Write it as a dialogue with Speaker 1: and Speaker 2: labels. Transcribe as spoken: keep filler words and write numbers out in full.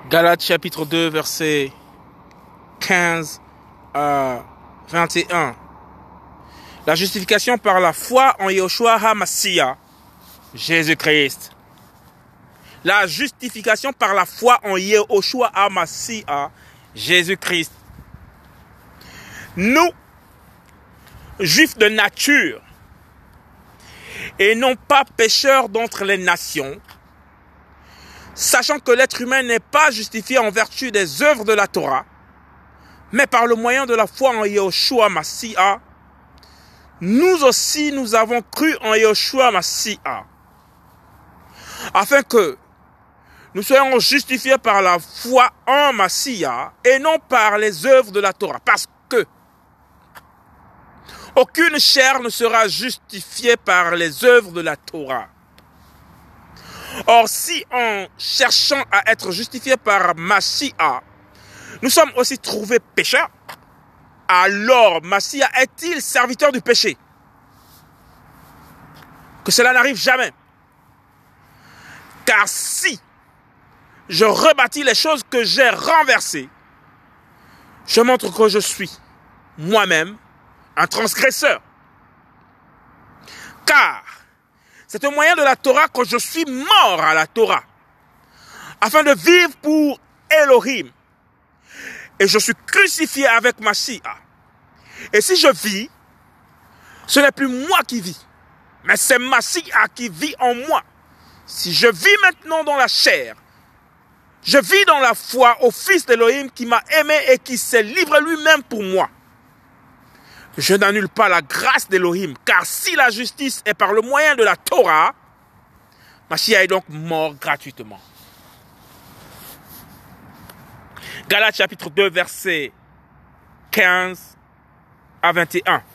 Speaker 1: Galates chapitre deux, versets quinze à vingt et un. La justification par la foi en Yahushua HaMashiach, Jésus-Christ. La justification par la foi en Yahushua HaMashiach, Jésus-Christ. Nous, juifs de nature, et non pas pécheurs d'entre les nations, sachant que l'être humain n'est pas justifié en vertu des œuvres de la Torah, mais par le moyen de la foi en Yahushua HaMashiach, nous aussi nous avons cru en Yahushua HaMashiach, afin que nous soyons justifiés par la foi en Mashiach et non par les œuvres de la Torah. Parce que aucune chair ne sera justifiée par les œuvres de la Torah. Or, si en cherchant à être justifiés par Mashiach, nous sommes aussi trouvés pécheurs, alors Mashiach est-il serviteur du péché? Que cela n'arrive jamais. Car si je rebâtis les choses que j'ai renversées, je montre que je suis moi-même un transgresseur. Car c'est au moyen de la Torah que je suis mort à la Torah, afin de vivre pour Elohim. Et je suis crucifié avec Mashiach. Et si je vis, ce n'est plus moi qui vis, mais c'est Mashiach qui vit en moi. Si je vis maintenant dans la chair, je vis dans la foi au Fils d'Elohim qui m'a aimé et qui s'est livré lui-même pour moi. Je n'annule pas la grâce d'Elohim, car si la justice est par le moyen de la Torah, Mashiach est donc mort gratuitement. Galates chapitre deux, versets quinze à vingt et un.